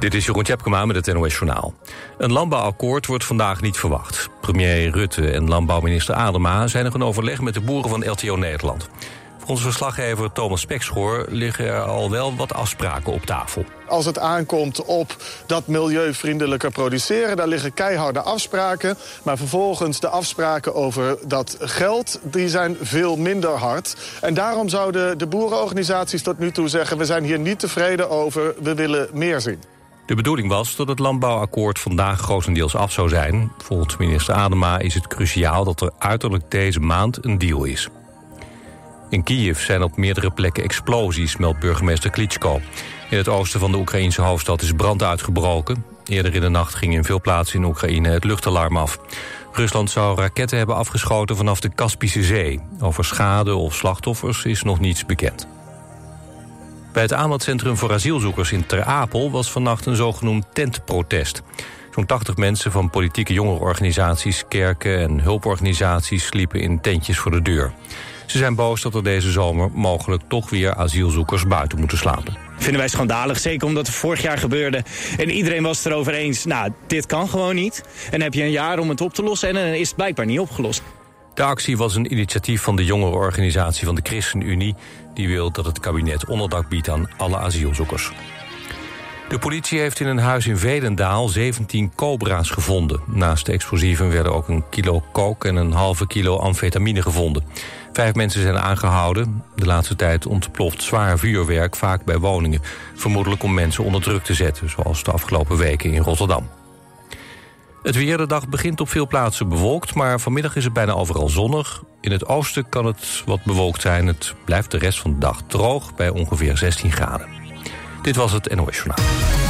Dit is Jeroen Tjepkema met het NOS Journaal. Een landbouwakkoord wordt vandaag niet verwacht. Premier Rutte en landbouwminister Adema zijn nog in overleg met de boeren van LTO Nederland. Voor onze verslaggever Thomas Spekschoor liggen er al wel wat afspraken op tafel. Als het aankomt op dat milieuvriendelijker produceren, daar liggen keiharde afspraken. Maar vervolgens de afspraken over dat geld, die zijn veel minder hard. En daarom zouden de boerenorganisaties tot nu toe zeggen, we zijn hier niet tevreden over, we willen meer zien. De bedoeling was dat het landbouwakkoord vandaag grotendeels af zou zijn. Volgens minister Adema is het cruciaal dat er uiterlijk deze maand een deal is. In Kiev zijn op meerdere plekken explosies, meldt burgemeester Klitschko. In het oosten van de Oekraïense hoofdstad is brand uitgebroken. Eerder in de nacht ging in veel plaatsen in Oekraïne het luchtalarm af. Rusland zou raketten hebben afgeschoten vanaf de Kaspische Zee. Over schade of slachtoffers is nog niets bekend. Bij het aanmeldcentrum voor asielzoekers in Ter Apel was vannacht een zogenoemd tentprotest. Zo'n 80 mensen van politieke jongerenorganisaties, kerken en hulporganisaties sliepen in tentjes voor de deur. Ze zijn boos dat er deze zomer mogelijk toch weer asielzoekers buiten moeten slapen. Vinden wij schandalig, zeker omdat het vorig jaar gebeurde. En iedereen was het erover eens, dit kan gewoon niet. En dan heb je een jaar om het op te lossen en dan is het blijkbaar niet opgelost. De actie was een initiatief van de jongerenorganisatie van de ChristenUnie. Die wil dat het kabinet onderdak biedt aan alle asielzoekers. De politie heeft in een huis in Veenendaal 17 cobra's gevonden. Naast de explosieven werden ook een kilo coke en een halve kilo amfetamine gevonden. 5 mensen zijn aangehouden. De laatste tijd ontploft zwaar vuurwerk, vaak bij woningen. Vermoedelijk om mensen onder druk te zetten, zoals de afgelopen weken in Rotterdam. Het weer, de dag begint op veel plaatsen bewolkt, maar vanmiddag is het bijna overal zonnig. In het oosten kan het wat bewolkt zijn. Het blijft de rest van de dag droog bij ongeveer 16 graden. Dit was het NOS Journaal.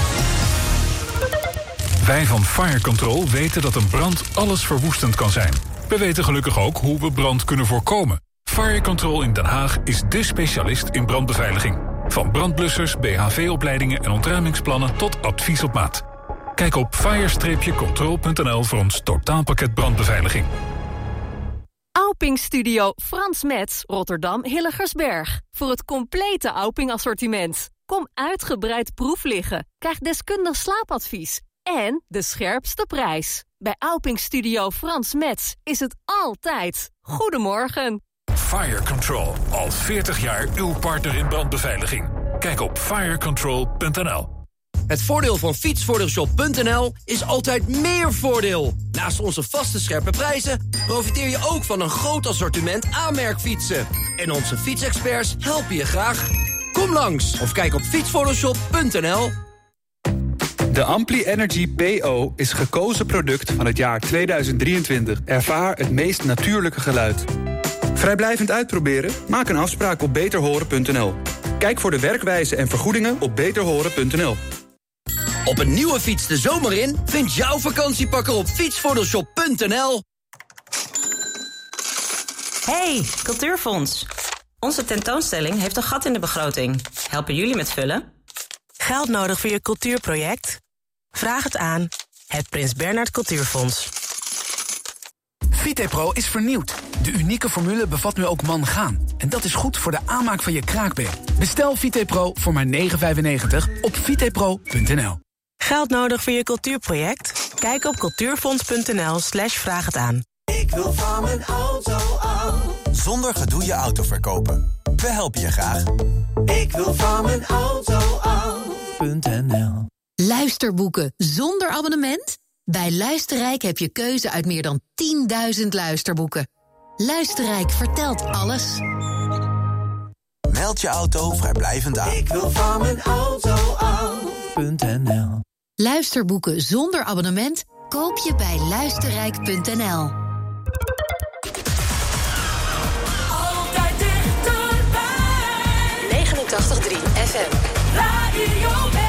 Wij van Fire Control weten dat een brand allesverwoestend kan zijn. We weten gelukkig ook hoe we brand kunnen voorkomen. Fire Control in Den Haag is dé specialist in brandbeveiliging. Van brandblussers, BHV-opleidingen en ontruimingsplannen tot advies op maat. Kijk op fire-control.nl voor ons totaalpakket brandbeveiliging. Auping Studio Frans Metz, Rotterdam Hilligersberg. Voor het complete Auping assortiment. Kom uitgebreid proef liggen. Krijg deskundig slaapadvies. En de scherpste prijs. Bij Auping Studio Frans Metz is het altijd. Goedemorgen. Fire Control, al 40 jaar uw partner in brandbeveiliging. Kijk op firecontrol.nl. Het voordeel van fietsvoordeelshop.nl is altijd meer voordeel. Naast onze vaste scherpe prijzen profiteer je ook van een groot assortiment aanmerkfietsen. En onze fietsexperts helpen je graag. Kom langs of kijk op fietsvoordeelshop.nl. De Ampli Energy PO is gekozen product van het jaar 2023. Ervaar het meest natuurlijke geluid. Vrijblijvend uitproberen? Maak een afspraak op beterhoren.nl. Kijk voor de werkwijze en vergoedingen op beterhoren.nl. Op een nieuwe fiets de zomer in? Vind jouw vakantiepakker op fietsvoordeelshop.nl. Hey, Cultuurfonds. Onze tentoonstelling heeft een gat in de begroting. Helpen jullie met vullen? Geld nodig voor je cultuurproject? Vraag het aan het Prins Bernhard Cultuurfonds. VitePro is vernieuwd. De unieke formule bevat nu ook mangaan. En dat is goed voor de aanmaak van je kraakbeen. Bestel VitePro voor maar €9,95 op vitepro.nl. Geld nodig voor je cultuurproject? Kijk op cultuurfonds.nl/vraag het aan. Ik wil van mijn auto af. Zonder gedoe je auto verkopen. We helpen je graag. Ik wil van mijn auto af.nl. Luisterboeken zonder abonnement? Bij Luisterrijk heb je keuze uit meer dan 10.000 luisterboeken. Luisterrijk vertelt alles. Meld je auto vrijblijvend aan. Ik wil van mijn auto af.nl. Luisterboeken zonder abonnement koop je bij luisterrijk.nl. Altijd dichterbij. 89.3 FM. Radio West.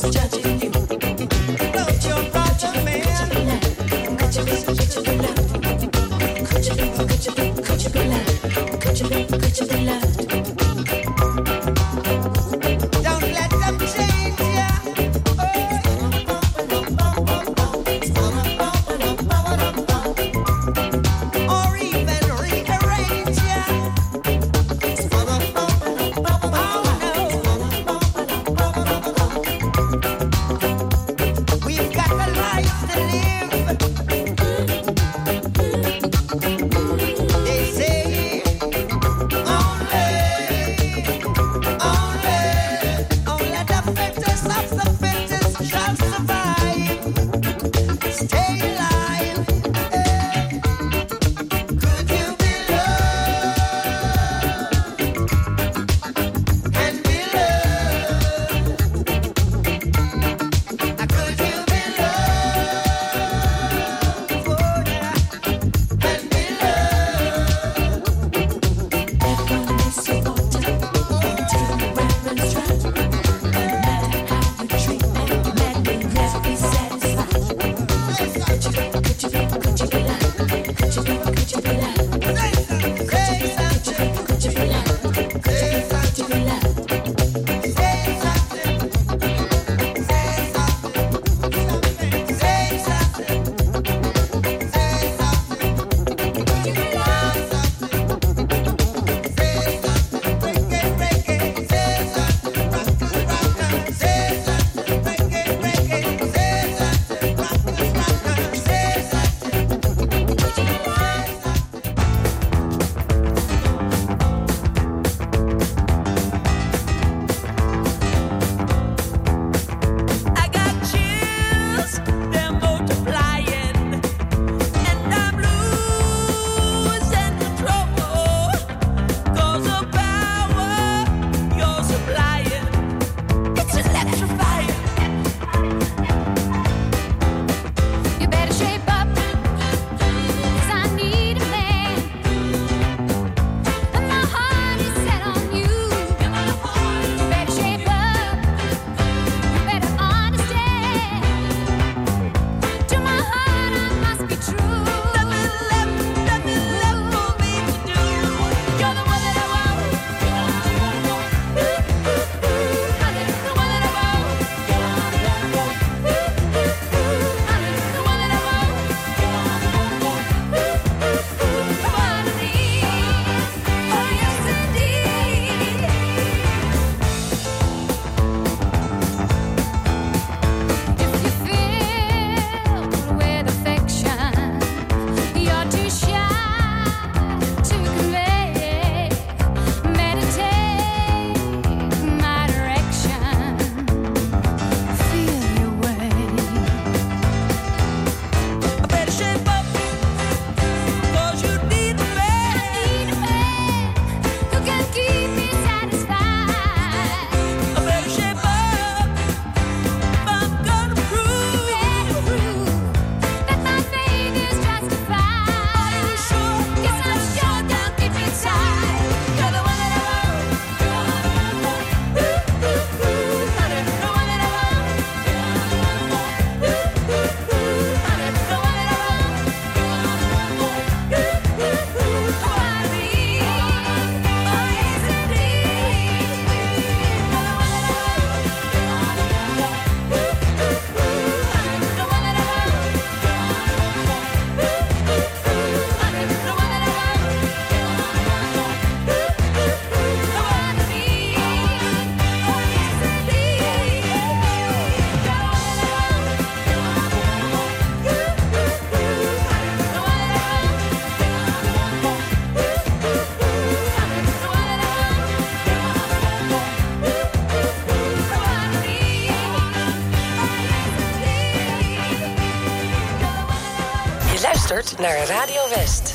luistert naar Radio West.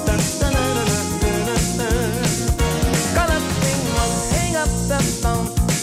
Call up, ring, hang up the phone.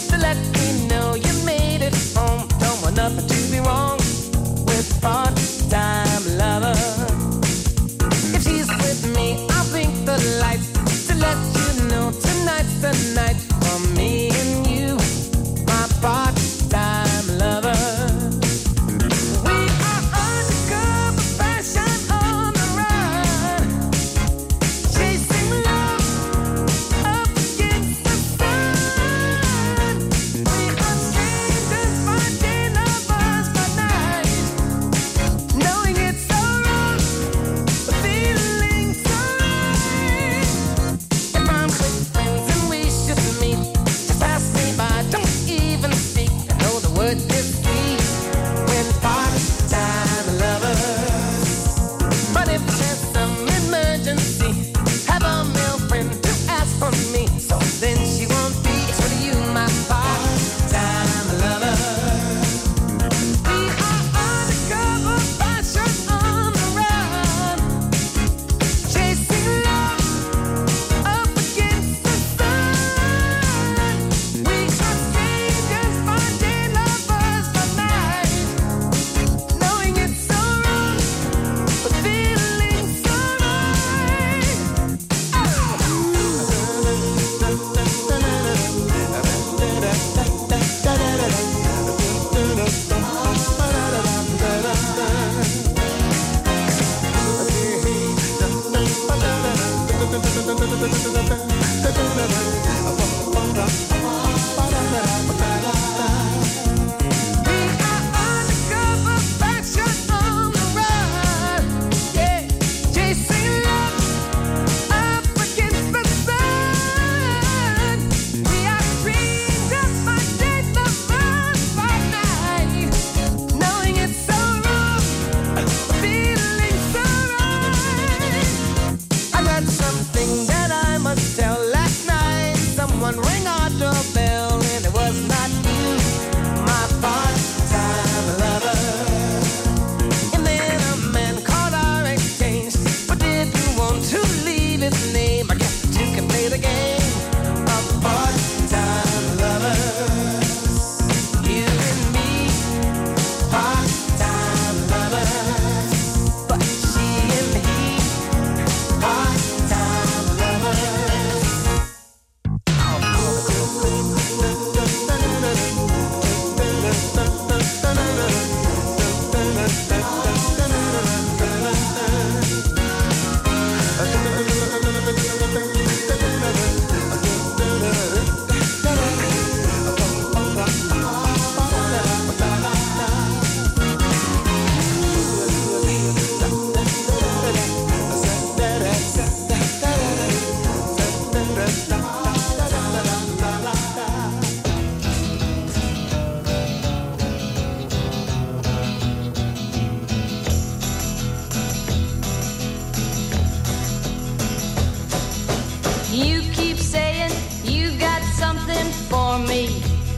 for me.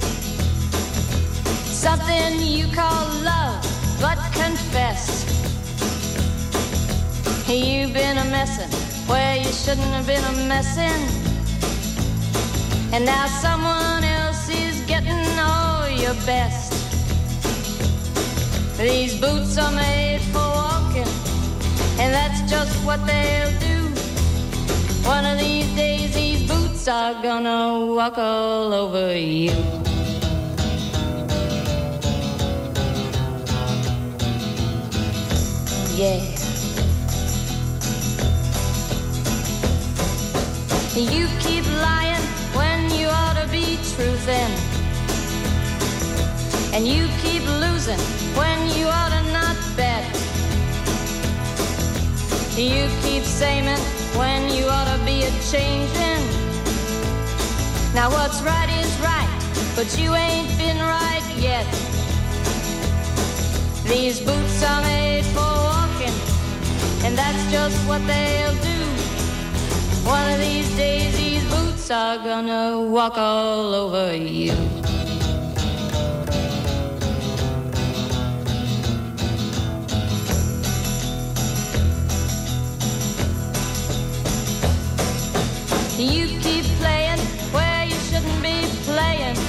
Something you call love, but confess you've been a messin' where you shouldn't have been a messin'. And now someone else is getting all your best. These boots are made for walking, and that's just what they'll do. One of these days these boots are gonna walk all over you. Yeah. You keep lying when you ought to be truthin', and you keep losing when you ought to not bet. You keep saying when you ought to be a-changin'. Now what's right is right, but you ain't been right yet. These boots are made for walking, and that's just what they'll do. One of these days these boots are gonna walk all over you. You keep playing where you shouldn't be playing,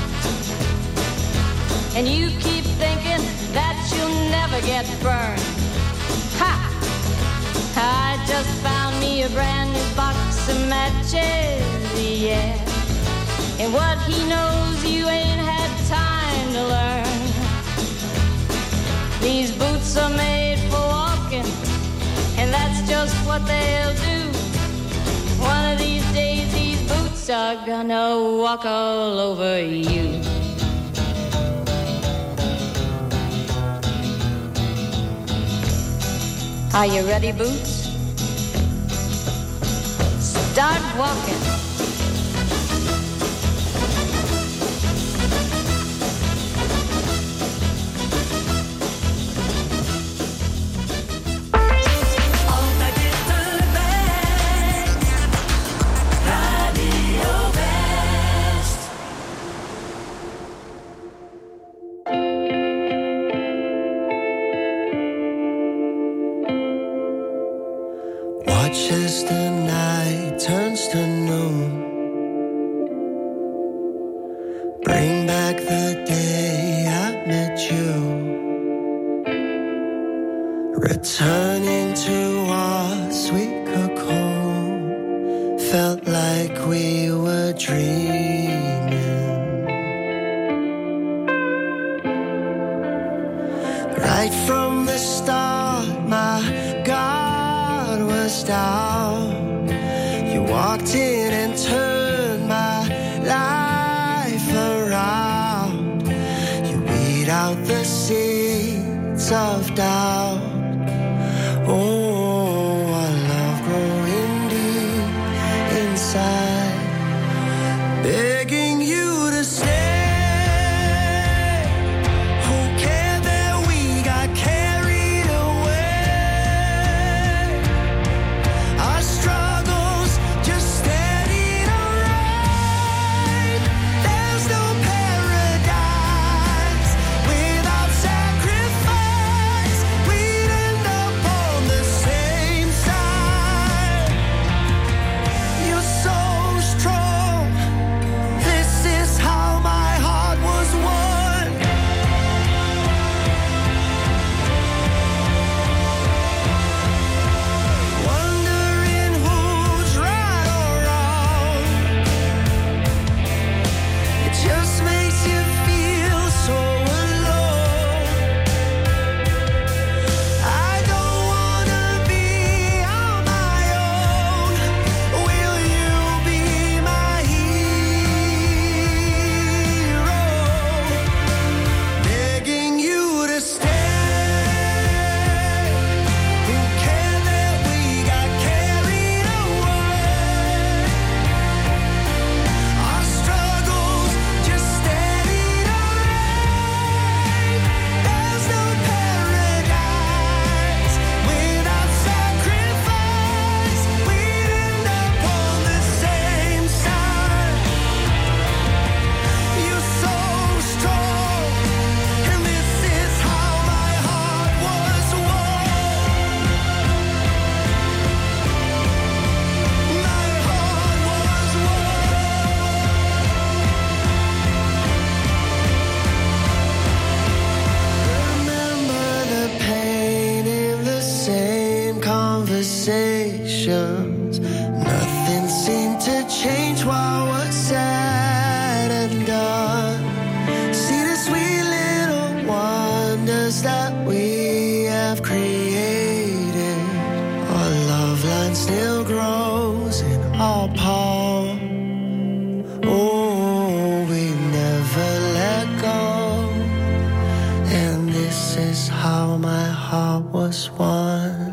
and you keep thinking that you'll never get burned. Ha! I just found me a brand new box of matches, yeah. And what he knows you ain't had time to learn. These boots are made for walking, and that's just what they'll do. One of these days these boots are gonna walk all over you. Are you ready, Boots? Start walking. As the night turns to noon, bring back the day I met you. Returning to our sweet cocoon, felt like we were dreaming. Right from the start, my God was down. You walked in and turned my life around. You weed out the seeds of doubt. Oh, our love growing deep inside, begging you to stay. This emotions. Nothing seemed to change while what's said and done. See the sweet little wonders that we have created. Our love line still grows in our palm. Oh, we never let go. And this is how my heart was won.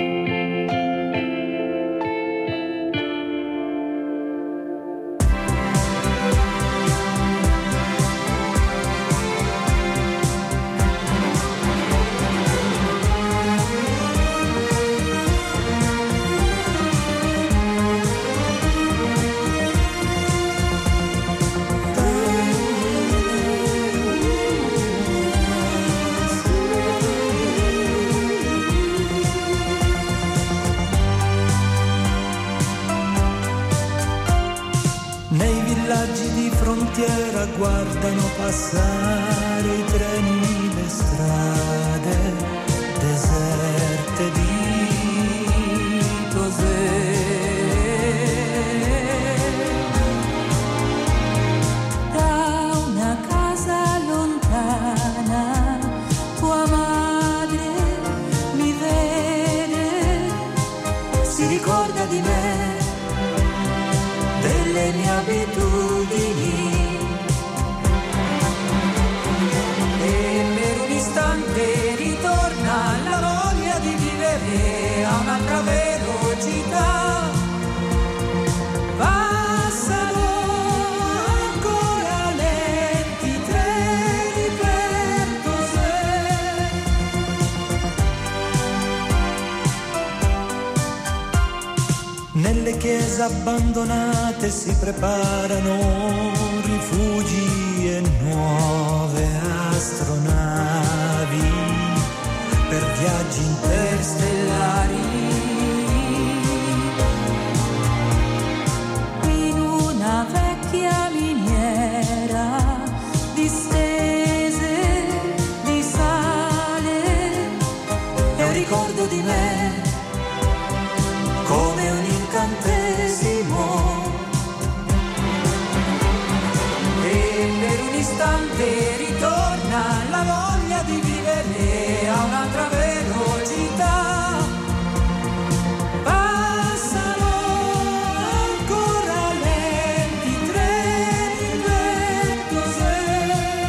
Guardano passare i treni, le strade deserte di Tosè. Da una casa lontana tua madre mi vede, si ricorda di me, delle mie abitudini. Ritorna la voglia di vivere a un'altra velocità. Passano ancora lenti treni per Tosè. Nelle chiese abbandonate si preparano rifugi e nuove astronavi per viaggi interstellari. In una vecchia miniera distese di sale è un ricordo di me come un incantesimo. E per un istante ritorna la voglia di vivere a un'altra velocità. Passano ancora lenti treni per Tosè.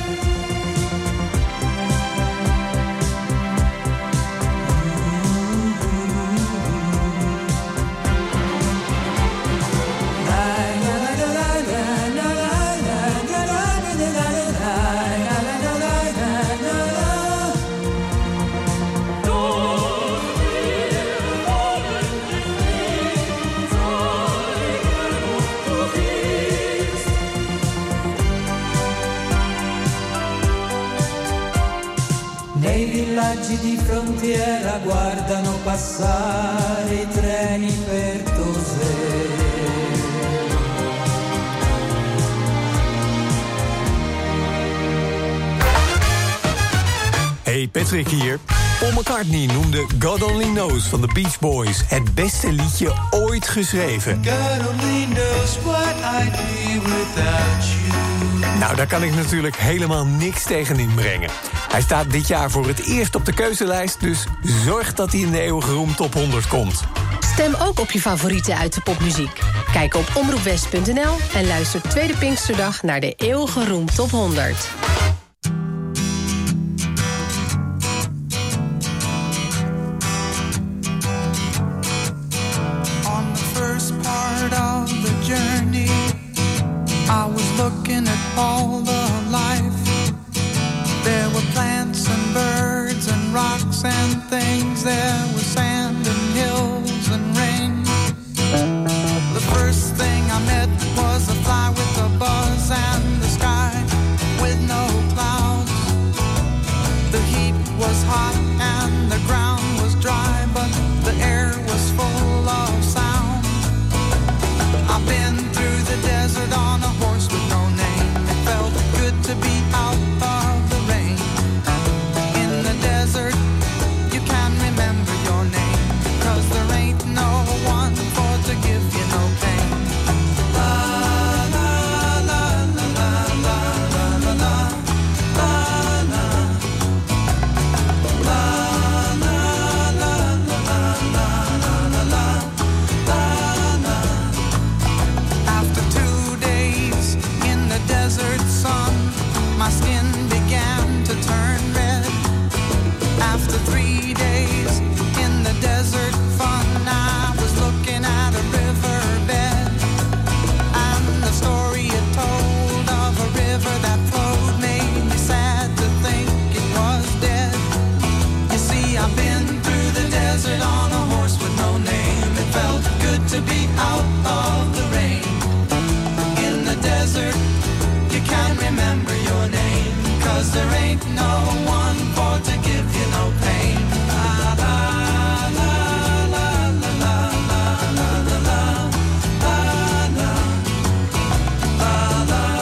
Nei villaggi di frontiera guardano passare i treni per Tosè. Hey, Patrick hier. Paul McCartney noemde God Only Knows van de Beach Boys het beste liedje ooit geschreven. God only knows what I'd be without you. Nou, daar kan ik natuurlijk helemaal niks tegen inbrengen. Hij staat dit jaar voor het eerst op de keuzelijst, dus zorg dat hij in de eeuwige roem top 100 komt. Stem ook op je favorieten uit de popmuziek. Kijk op omroepwest.nl en luister tweede Pinksterdag naar de eeuwige roem top 100. On the first part of the journey, I was looking at all the life. There were plants and birds and rocks and things. There was sand and hills and rain. The first thing I met was a fly with a buzz and the sky with no my skin began to turn red. After 3 days in the desert fun, I was looking at a riverbed, and the story it told of a river that flowed made me sad to think it was dead. You see, I've been through the desert on a horse with no name. It felt good to be out of the rain. In the desert, you can't remember your name, 'cause there ain't no one for to give you no pain. La la la la la la la la la la la la la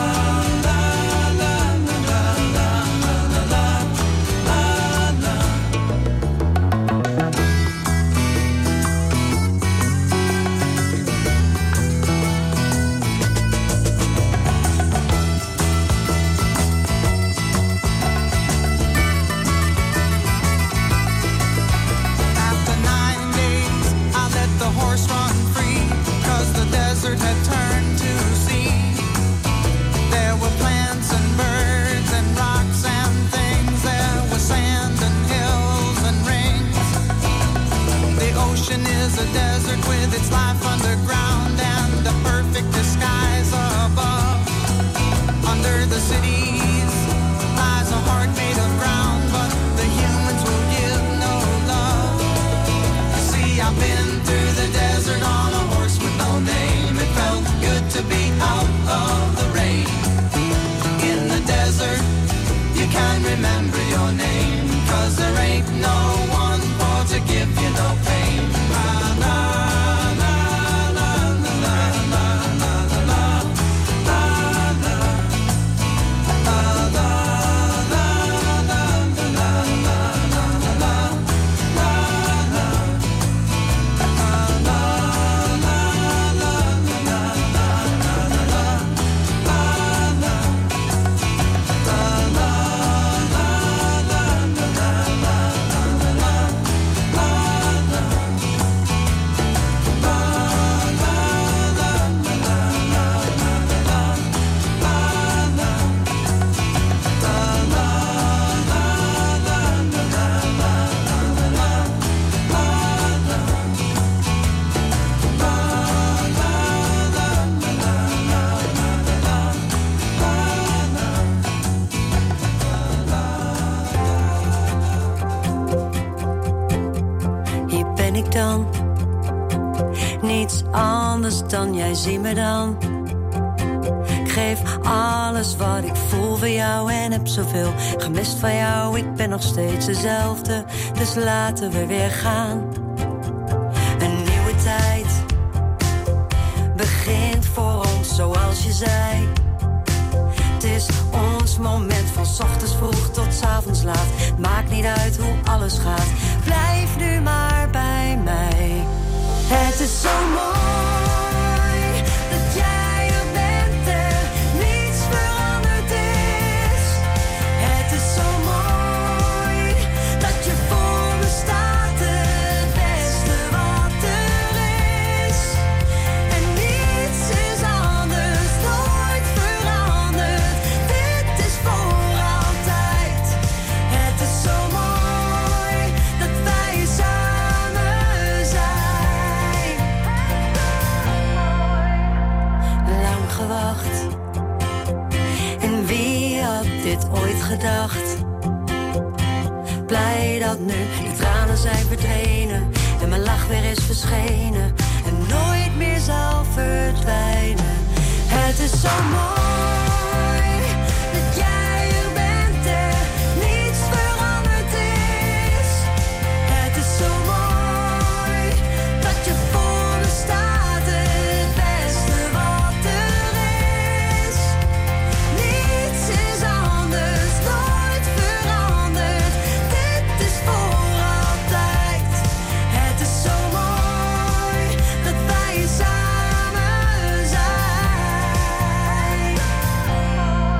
After 9 days, I let the horse run free, 'cause the desert had turned to sea. There were plants and birds and rocks and things. There was sand and hills and rings. The ocean is a desert with its life underground and the perfect disguise above. Under the cities lies a heart made of ground, but the humans will give no love. You see, I've been through the desert on a horse with no name. It felt good to be out of the rain. In the desert, you can't remember your name, 'cause there ain't no one for to give you no pain. La la la la la la la la la la la la la Hier ben ik dan, niets anders dan jij, zie me dan. Ik geef alles wat ik voel voor jou en heb zoveel gemist van jou. Ik ben nog steeds dezelfde, dus laten we weer gaan. Een nieuwe tijd begint voor ons, zoals je zei. Het is ons moment van 's ochtends vroeg tot 's avonds laat. Maakt niet uit hoe alles gaat, blijf nu maar bij mij. Het is zo mooi dat jij er bent en niets veranderd is. Het is zo mooi dat je voor me staat, het beste wat er is. En niets is anders, nooit veranderd. Dit is voor altijd. Het is zo mooi dat wij samen zijn. Lang gewacht. En wie had dit ooit gedacht? Blij dat nu de tranen zijn verdwenen en mijn lach weer is verschenen en nooit meer zal verdwijnen. Het is zo mooi dat jij er bent en niets veranderd is. Het is zo mooi dat je voor me staat, het beste wat er is. Niets is anders, nooit veranderd. Dit is voor altijd. Het is zo mooi dat wij samen zijn.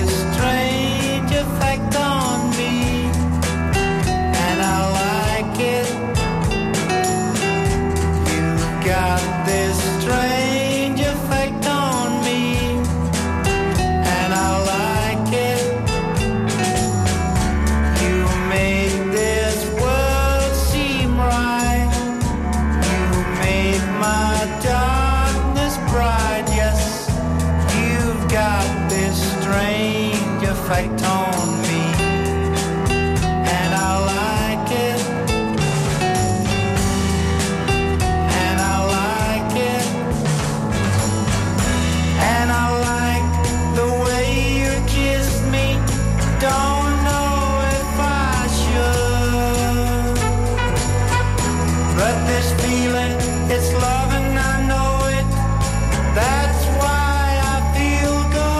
this strange effect on me, and I like it. You've got this strange effect on me, and I like it. You make this world seem right. You make my darkness bright. Yes, you've got this strange effect on me, and I like it. And I like it. And I like the way you kiss me. Don't know if I should, but this feeling, it's love and I know it. That's why I feel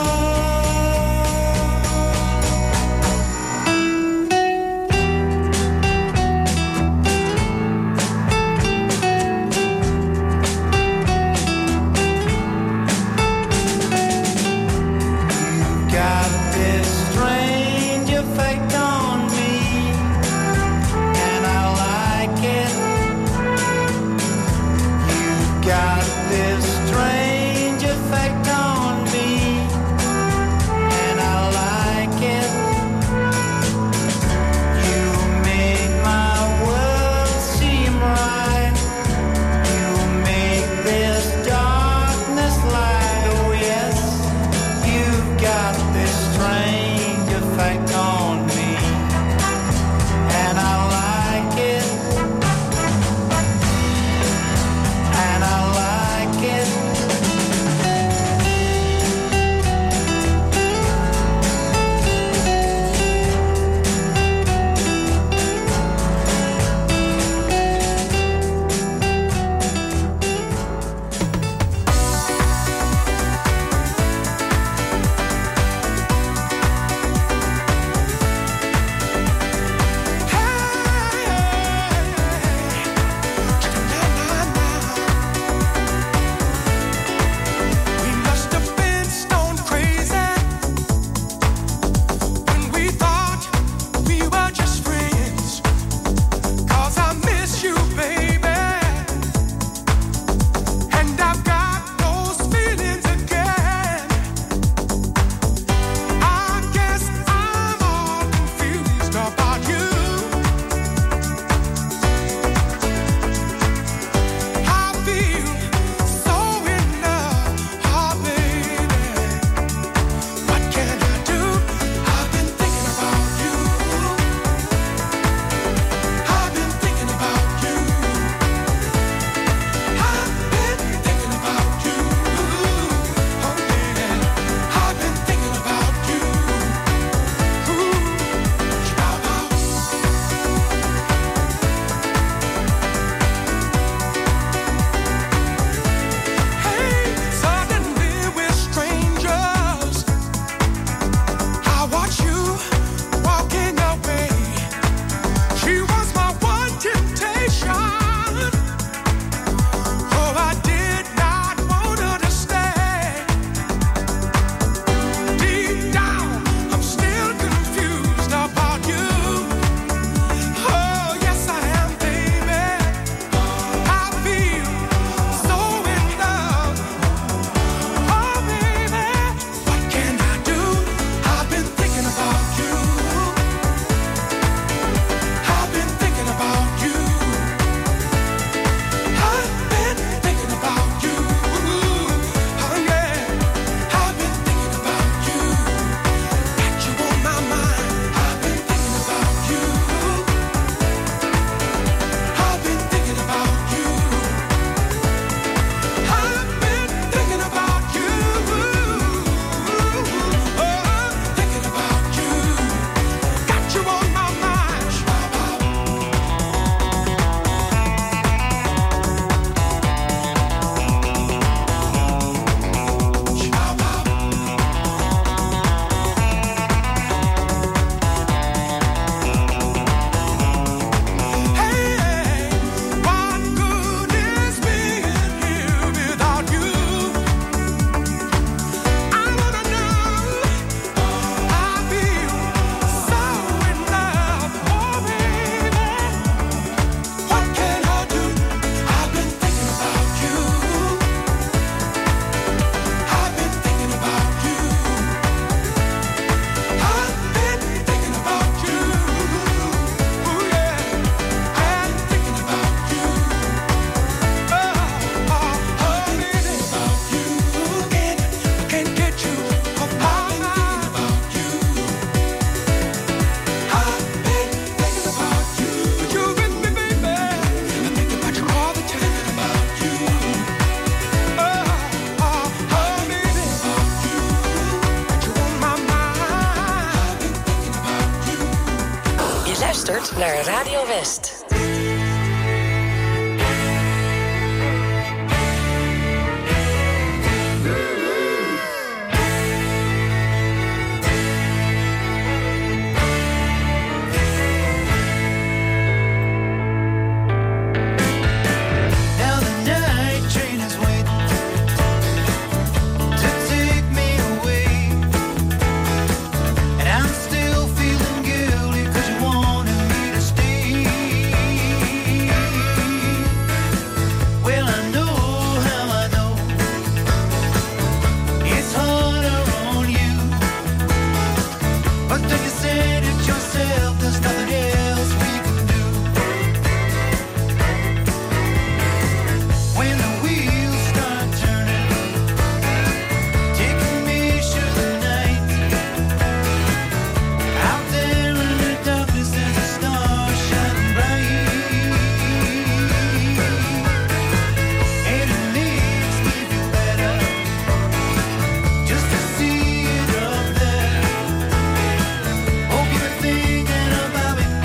got this strange effect on me, and I like it. You got this strange effect on me, and I like it. You make my world seem right. You make this darkness light. Oh yes, you've got this strange effect on me, and I like it. And I like it. luistert naar Radio West. Thinking about it.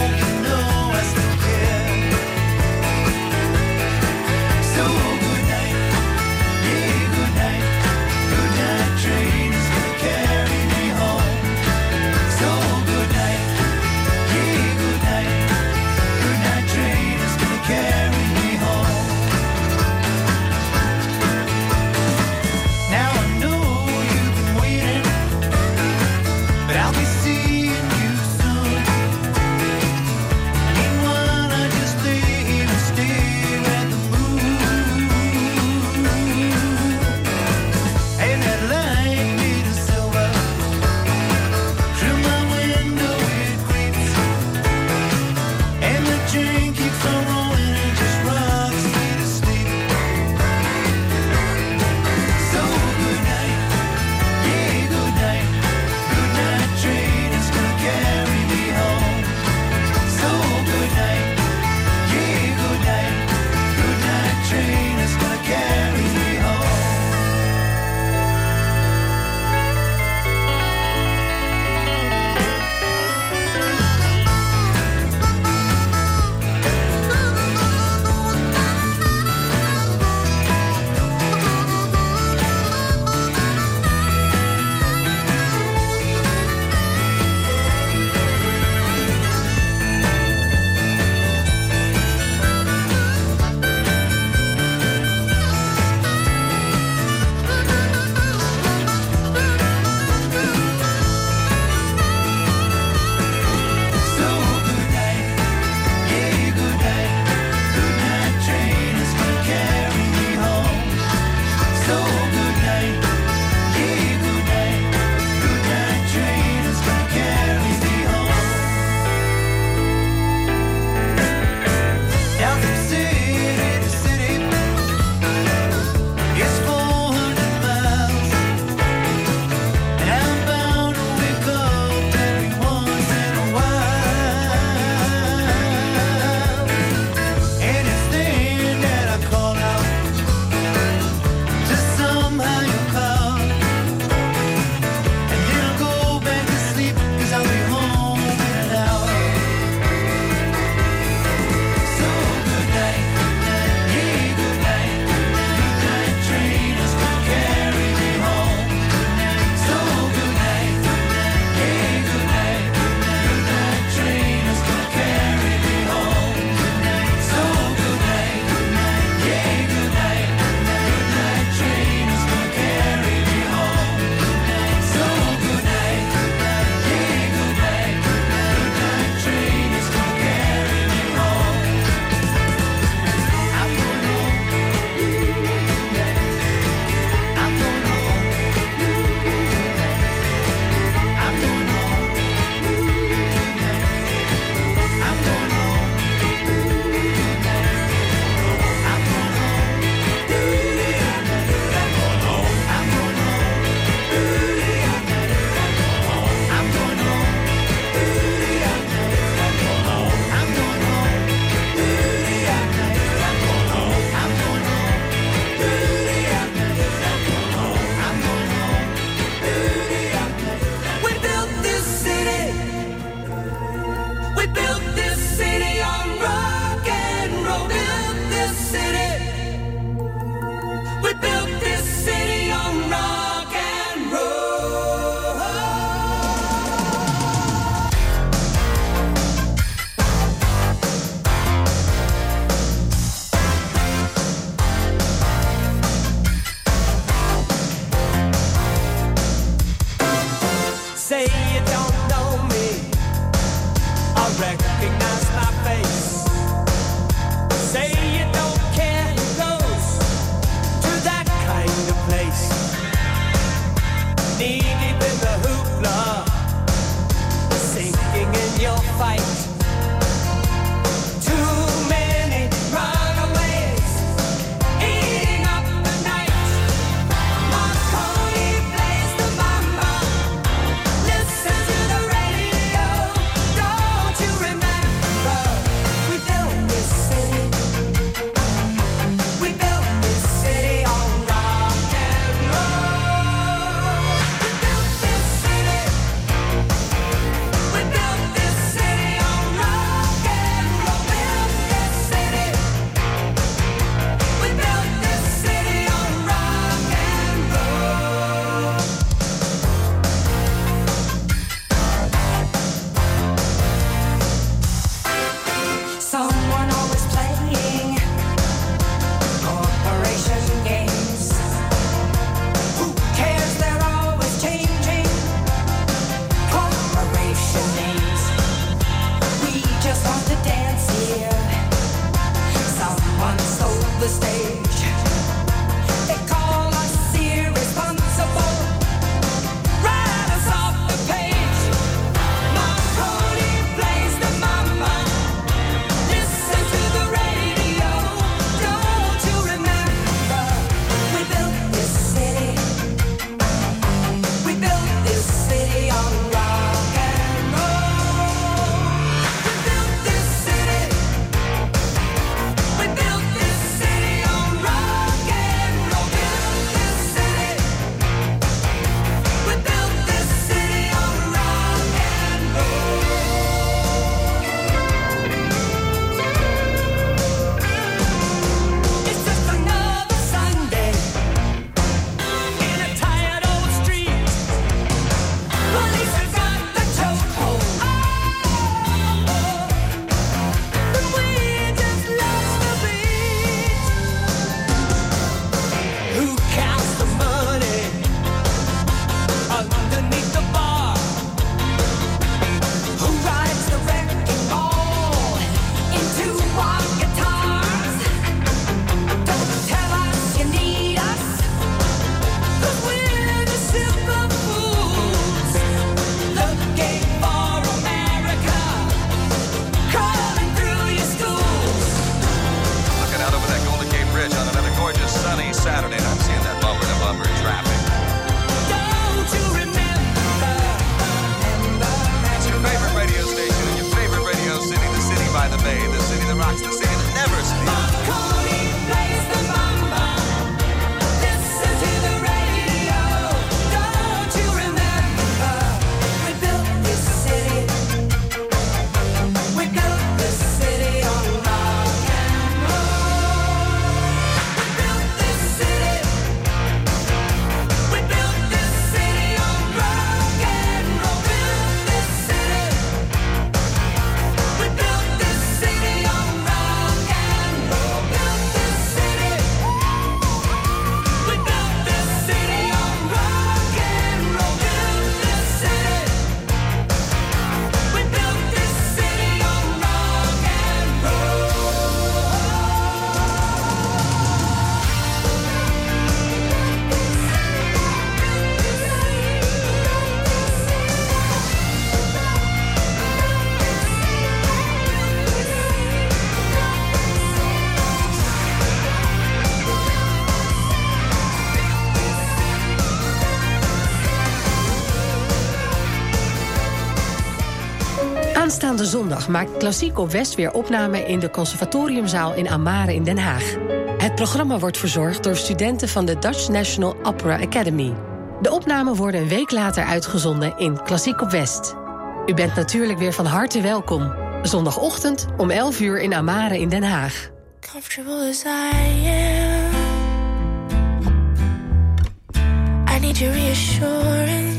say you don't know me, I recognize my face. Say you don't care who goes to that kind of place. Knee deep in the hoopla, sinking in your fight. Too many runaways eating up the night. Marconi plays the mama. Listen to the radio. Don't you remember? We built this city. We built this city on rock and roll. We built this city. We built this city on rock and roll. Built this city. We built this city on rock and roll. Someone always playing corporation games. Who cares? They're always changing corporation names. We just want to dance here. Someone stole the stage. They call us irresponsible. Write us off the page. Marconi plays the mama. Listen to the radio. Don't you remember? We built this city. We built this city on rock and roll. We built this city. We built this city on rock and roll. Built this city. We built this city on rock and roll. It's just another Sunday in a tired old street. Police have got the chokehold. But we just lost the beat. Who counts the money underneath the bar? Who rides the wrecking ball into our guitars? Don't tell us you need us, 'cause we're the simple fools looking for America, crawling through your schools. Looking out over that Golden Gate Bridge on another gorgeous sunny Saturday, and I'm seeing that bumper-to-bumper traffic. Don't you remember? It's your favorite radio station in your favorite radio city, the city by the bay, the city that rocks, the city that never sleeps. Marconi plays the mama. Listen to the radio. Don't you remember? We built this city. We built this city on rock and roll. We built this city. We built this city on rock and roll. Built this city. We built this city on rock and roll. Built this city. We built this city on rock and roll. Built this city. We built this city on rock and Aanstaande zondag maakt Klassiek op West weer opname in de Conservatoriumzaal in Amare in Den Haag. Het programma wordt verzorgd door studenten van de Dutch National Opera Academy. De opnamen worden een week later uitgezonden in Klassiek op West. U bent natuurlijk weer van harte welkom. Zondagochtend om 11 uur in Amare in Den Haag. Comfortable as I am, I need your reassurance.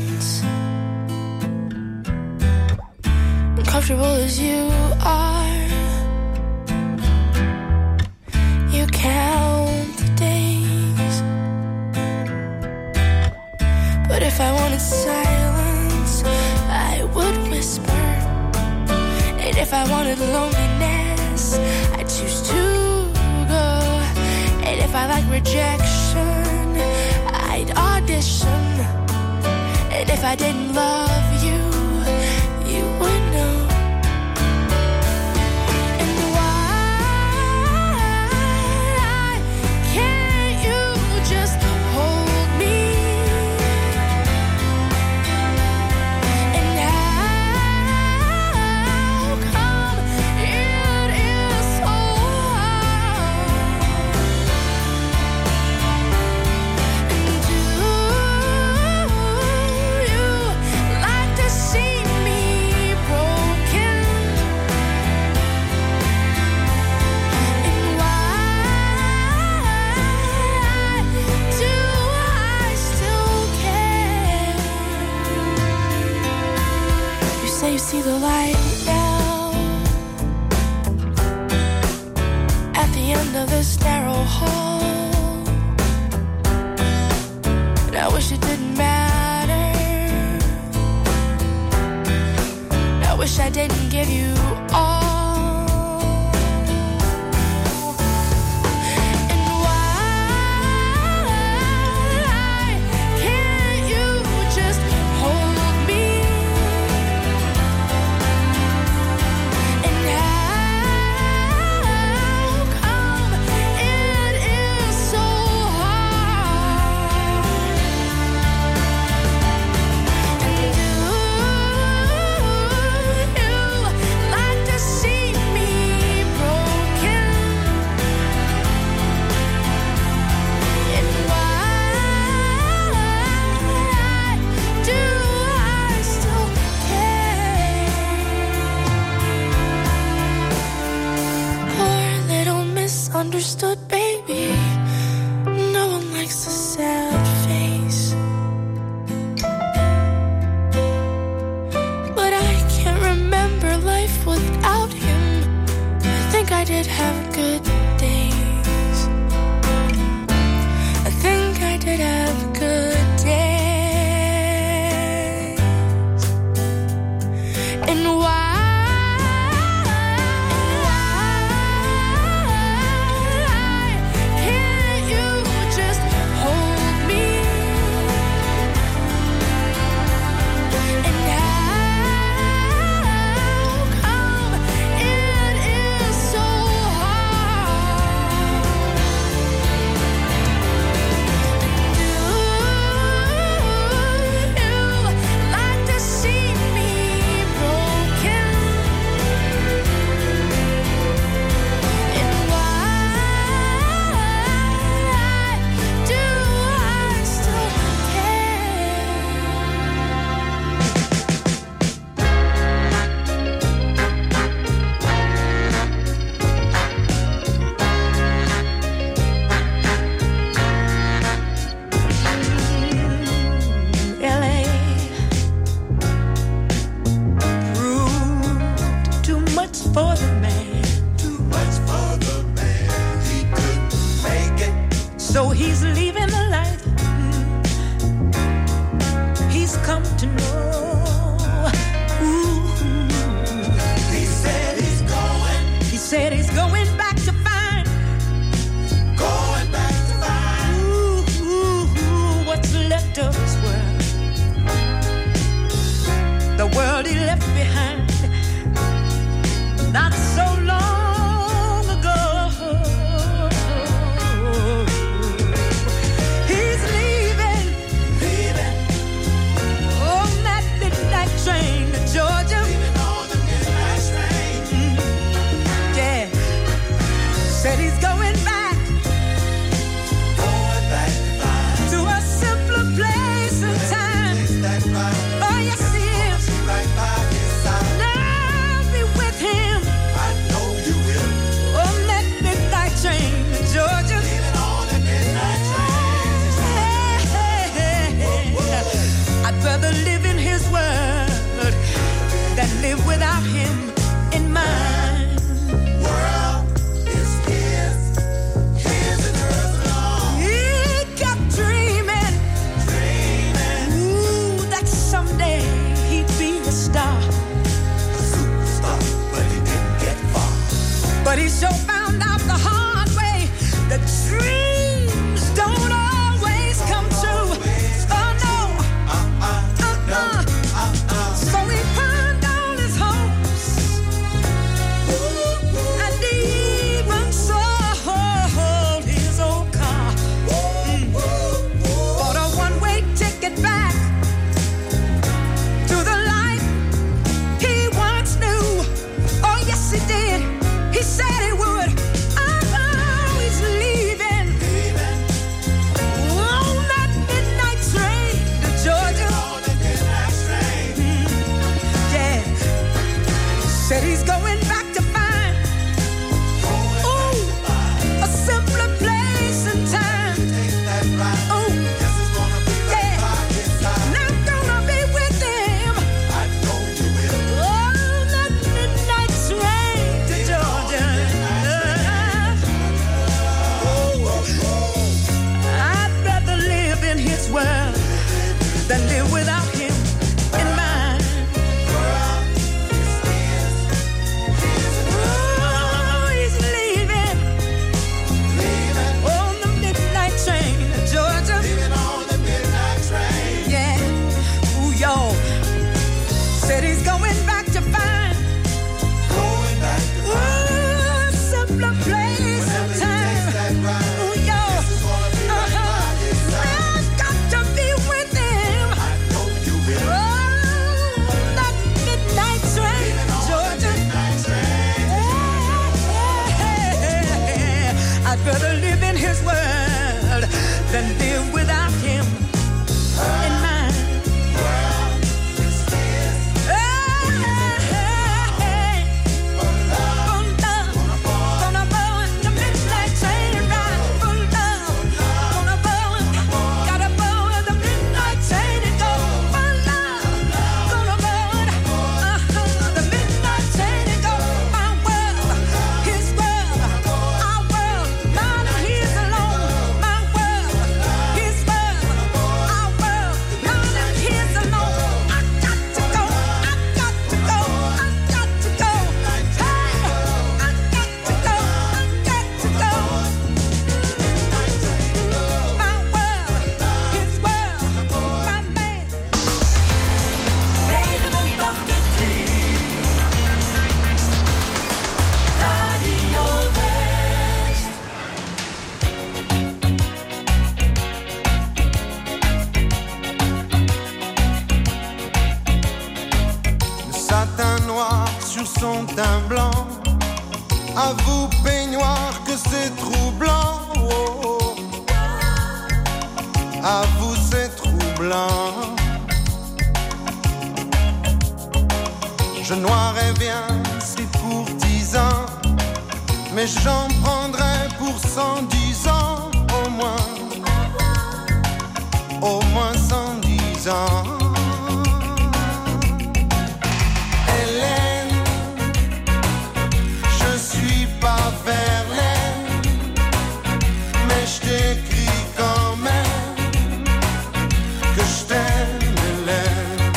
Comfortable as you are, you count the days. But if I wanted silence, if I wanted loneliness, I'd choose to go. And if I like rejection, I'd audition. And if I didn't love you, you would know. And why can't you just hold me? And how come it is so hard? And do you like to see me broken? And why do I still care? You say you see the light now at the end of this narrow hall, and I wish it didn't matter. I wish I didn't give you all. And why can't you just hold me? And how come it is so hard? And do you like to see me broken? And why do I still care? Poor little misunderstood baby. No one likes a sad face. But I can't remember life without him. I think I did have good days. I think I did have good days. And why can't you just hold me? And how come it is so hard? Do you like to see me broken? And why do I still LA proved too much for the man. Too much for the man. He couldn't make it. So he's leaving the life he's come to know. Ooh. He said he's going. He said he's going back to find. Going back to find. Ooh, what's left of his world? The world he left behind not so long ago. He's leaving on that midnight train to Georgia. On the midnight train. Yeah. Said he's going back to a simpler place and time. Oh, yes, he is. And I'll be with him. I know you will. On that midnight train to Georgia. On the midnight train. I'd rather live in his word than live without him in mine. World is his. His and hers alone. He kept dreaming. Ooh, that someday he'd be a star. A superstar, but he said he's going back to find a simpler place and time. Oh, yeah. And I'm gonna be with him. I know you will. Oh, that midnight train to Georgia. I'd rather live in his world than live without him in mine. Oh, he's leaving on the midnight train to Georgia. Leaving on the midnight train. Yeah. Ooh, y'all. Said he's going back to find a simpler place and time. Ooh, y'all. I've got to be with him. Oh, that midnight train, Georgia. Yeah. I'd rather live in his world than live without him in mine. Satin noir sur son teint blanc. À vous, peignoir, que c'est troublant. Oh, oh. À vous, c'est troublant. Je noirais bien ces courtisans, mais j'en prendrais pour 110 ans au moins. Au moins 110 ans. Mais je t'écris quand même que je t'aime, Hélène.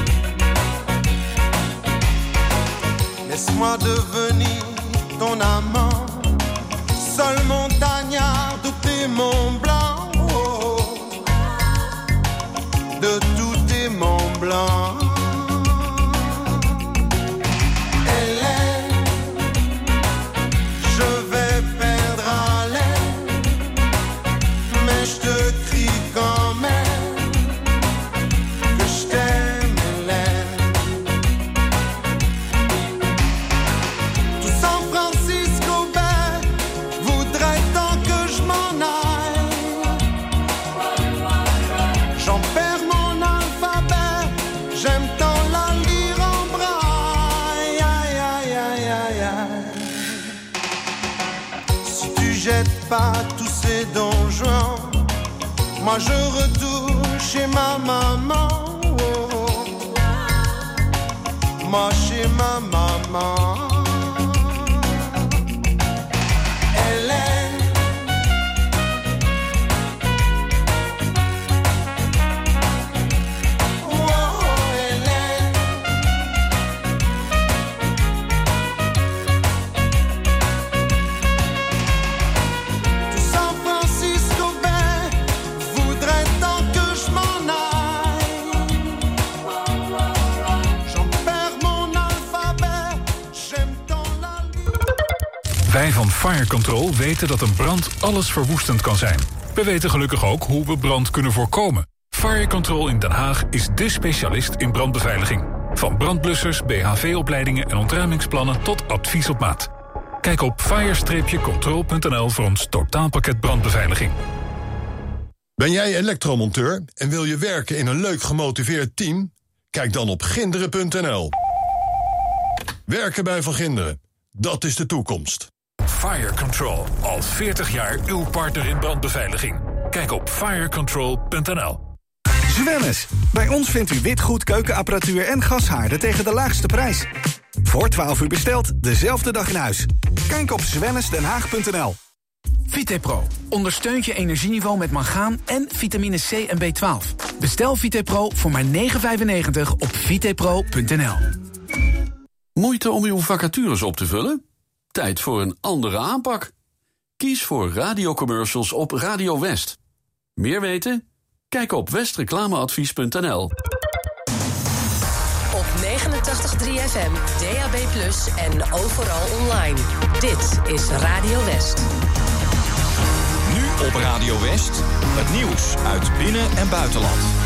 Laisse-moi devenir ton amant, seul montagnard de tes monts blancs, oh, de tous tes monts blancs. Pas tous ces donjons, moi je retourne chez ma maman, oh. Moi chez ma maman. Hélène, oh, Hélène. Wij van Fire Control weten dat een brand alles verwoestend kan zijn. We weten gelukkig ook hoe we brand kunnen voorkomen. Fire Control in Den Haag is dé specialist in brandbeveiliging. Van brandblussers, BHV-opleidingen en ontruimingsplannen tot advies op maat. Kijk op fire-control.nl voor ons totaalpakket brandbeveiliging. Ben jij elektromonteur en wil je werken in een leuk gemotiveerd team? Kijk dan op ginderen.nl. Werken bij Van Ginderen. Dat is de toekomst. Fire Control. Al 40 jaar uw partner in brandbeveiliging. Kijk op firecontrol.nl. Zwemmes. Bij ons vindt u witgoed, keukenapparatuur en gashaarden tegen de laagste prijs. Voor 12 uur besteld, dezelfde dag in huis. Kijk op zwemmesdenhaag.nl. VitePro ondersteunt je energieniveau met mangaan en vitamine C en B12. Bestel VitePro voor maar €9,95 op vitepro.nl. Moeite om uw vacatures op te vullen? Tijd voor een andere aanpak. Kies voor radiocommercials op Radio West. Meer weten? Kijk op westreclameadvies.nl. Op 89.3 FM, DAB+ en overal online. Dit is Radio West. Nu op Radio West, het nieuws uit binnen- en buitenland.